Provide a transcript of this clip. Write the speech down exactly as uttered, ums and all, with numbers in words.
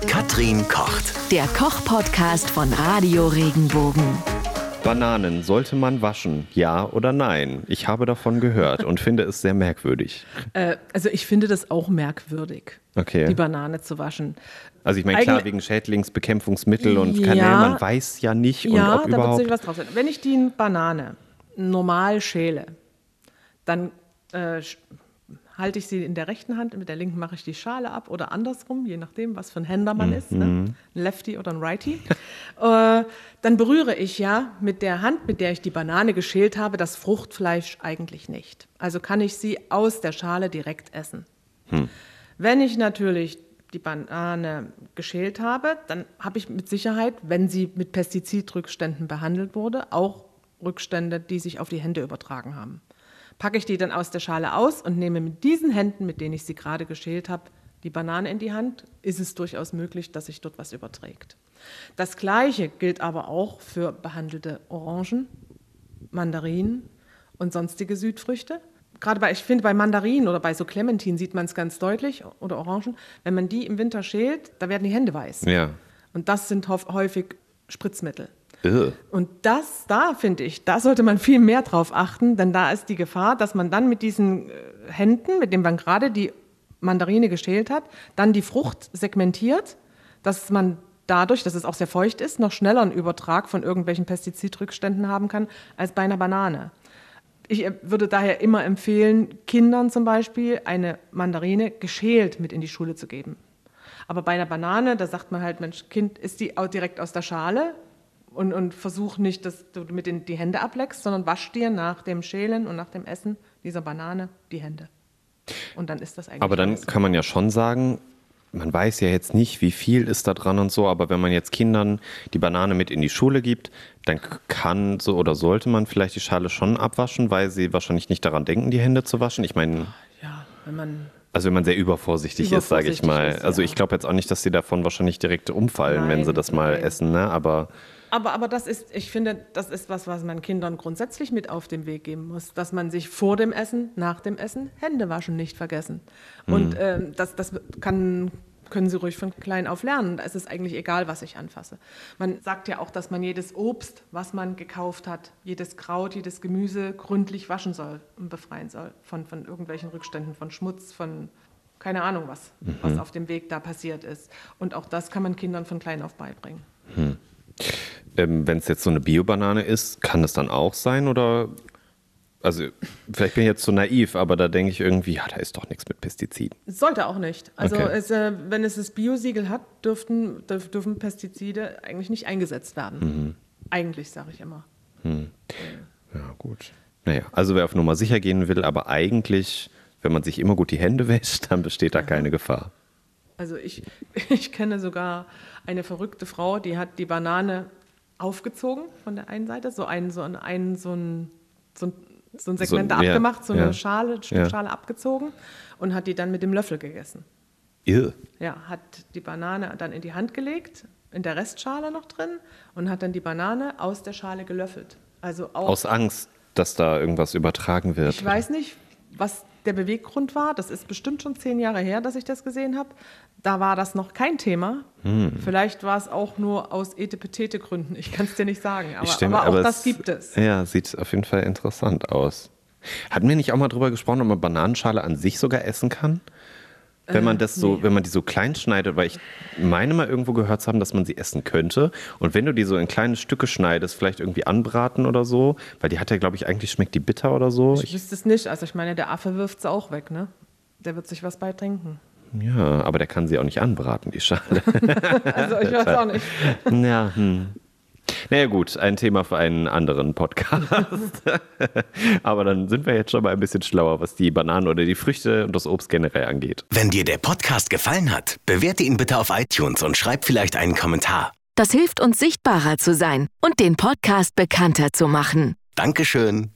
Katrin kocht. Der Koch-Podcast von Radio Regenbogen. Bananen sollte man waschen, ja oder nein? Ich habe davon gehört und finde es sehr merkwürdig. Äh, also ich finde das auch merkwürdig, okay. die Banane zu waschen. Also ich meine, klar, Eigen- wegen Schädlingsbekämpfungsmittel und Ja. Kanälen, man weiß ja nicht und Ja, ob da wird überhaupt... sich was drauf sein. Wenn ich die Banane normal schäle, dann äh, sch- halte ich sie in der rechten Hand, mit der linken mache ich die Schale ab oder andersrum, je nachdem, was für ein Händer man ist, ne? Ein Lefty oder ein Righty. äh, dann berühre ich ja mit der Hand, mit der ich die Banane geschält habe, das Fruchtfleisch eigentlich nicht. Also kann ich sie aus der Schale direkt essen. Hm. Wenn ich natürlich die Banane geschält habe, dann habe ich mit Sicherheit, wenn sie mit Pestizidrückständen behandelt wurde, auch Rückstände, die sich auf die Hände übertragen haben. Packe ich die dann aus der Schale aus und nehme mit diesen Händen, mit denen ich sie gerade geschält habe, die Banane in die Hand, ist es durchaus möglich, dass sich dort was überträgt. Das Gleiche gilt aber auch für behandelte Orangen, Mandarinen und sonstige Südfrüchte. Gerade bei, ich finde, bei Mandarinen oder bei so Clementinen sieht man es ganz deutlich, oder Orangen, wenn man die im Winter schält, da werden die Hände weiß. Ja. Und das sind häufig Spritzmittel. Ugh. Und das, da finde ich, da sollte man viel mehr drauf achten, denn da ist die Gefahr, dass man dann mit diesen Händen, mit denen man gerade die Mandarine geschält hat, dann die Frucht segmentiert, dass man dadurch, dass es auch sehr feucht ist, noch schneller einen Übertrag von irgendwelchen Pestizidrückständen haben kann, als bei einer Banane. Ich würde daher immer empfehlen, Kindern zum Beispiel eine Mandarine geschält mit in die Schule zu geben. Aber bei einer Banane, da sagt man halt, Mensch, Kind, isst die auch direkt aus der Schale, Und, und versuch nicht, dass du mit den die Hände ableckst, sondern wasch dir nach dem Schälen und nach dem Essen dieser Banane die Hände. Und dann ist das eigentlich Aber dann alles. kann man ja schon sagen, man weiß ja jetzt nicht, wie viel ist da dran und so, aber wenn man jetzt Kindern die Banane mit in die Schule gibt, dann kann so oder sollte man vielleicht die Schale schon abwaschen, weil sie wahrscheinlich nicht daran denken, die Hände zu waschen. Ich meine, Ja, wenn man... also wenn man sehr übervorsichtig, ist, sage ich Übervorsichtig mal. ist, Also ja. ich glaube jetzt auch nicht, dass sie davon wahrscheinlich direkt umfallen, wenn Nein, sie das mal nein. essen, ne? Aber Aber, aber das ist, ich finde, das ist was, was man Kindern grundsätzlich mit auf den Weg geben muss, dass man sich vor dem Essen, nach dem Essen Hände waschen nicht vergessen. Und ähm, das, das kann, können sie ruhig von klein auf lernen. Da ist es eigentlich egal, was ich anfasse. Man sagt ja auch, dass man jedes Obst, was man gekauft hat, jedes Kraut, jedes Gemüse gründlich waschen soll und befreien soll von, von irgendwelchen Rückständen, von Schmutz, von keine Ahnung was, mhm. was auf dem Weg da passiert ist. Und auch das kann man Kindern von klein auf beibringen. Hm. Ähm, wenn es jetzt so eine Bio-Banane ist, kann es dann auch sein oder, also vielleicht bin ich jetzt so naiv, aber da denke ich irgendwie, ja, da ist doch nichts mit Pestiziden. Es sollte auch nicht. Also Okay. es, äh, wenn es das Biosiegel hat, dürften, dürf, dürfen Pestizide eigentlich nicht eingesetzt werden. Mhm. Eigentlich, sage ich immer. Hm. Ja, gut. Naja, also wer auf Nummer sicher gehen will, aber eigentlich, wenn man sich immer gut die Hände wäscht, dann besteht da keine Gefahr. Also ich, ich kenne sogar eine verrückte Frau, die hat die Banane aufgezogen von der einen Seite, so ein, so ein, ein, so ein, so ein, so ein Segment So, ja, abgemacht, so eine ja. Schale, ein Stück Ja. Schale abgezogen und hat die dann mit dem Löffel gegessen. Ew. Ja, hat die Banane dann in die Hand gelegt, in der Restschale noch drin und hat dann die Banane aus der Schale gelöffelt. Also auch, Aus Angst, dass da irgendwas übertragen wird. ich weiß nicht, was der Beweggrund war. Das ist bestimmt schon zehn Jahre her, dass ich das gesehen habe. Da war das noch kein Thema. Hm. Vielleicht war es auch nur aus Etepetete-Gründen. Ich kann es dir nicht sagen. Aber, Ich stimme, aber auch aber das es- gibt es. Ja, sieht auf jeden Fall interessant aus. Hatten wir nicht auch mal drüber gesprochen, ob man Bananenschale an sich sogar essen kann? Wenn man das so, nee. wenn man die so klein schneidet, weil ich meine mal irgendwo gehört zu haben, dass man sie essen könnte. Und wenn du die so in kleine Stücke schneidest, vielleicht irgendwie anbraten oder so, weil die hat ja, glaube ich, eigentlich schmeckt die bitter oder so. Ich Ich, wüsste es nicht. Also ich meine, der Affe wirft es auch weg, ne? Der wird sich was bei trinken. ja, aber der kann sie auch nicht anbraten, die Schale. Also ich weiß auch nicht. ja, hm. Naja gut, ein Thema für einen anderen Podcast. Aber dann sind wir jetzt schon mal ein bisschen schlauer, was die Bananen oder die Früchte und das Obst generell angeht. Wenn dir der Podcast gefallen hat, bewerte ihn bitte auf iTunes und schreib vielleicht einen Kommentar. Das hilft uns, sichtbarer zu sein und den Podcast bekannter zu machen. Dankeschön.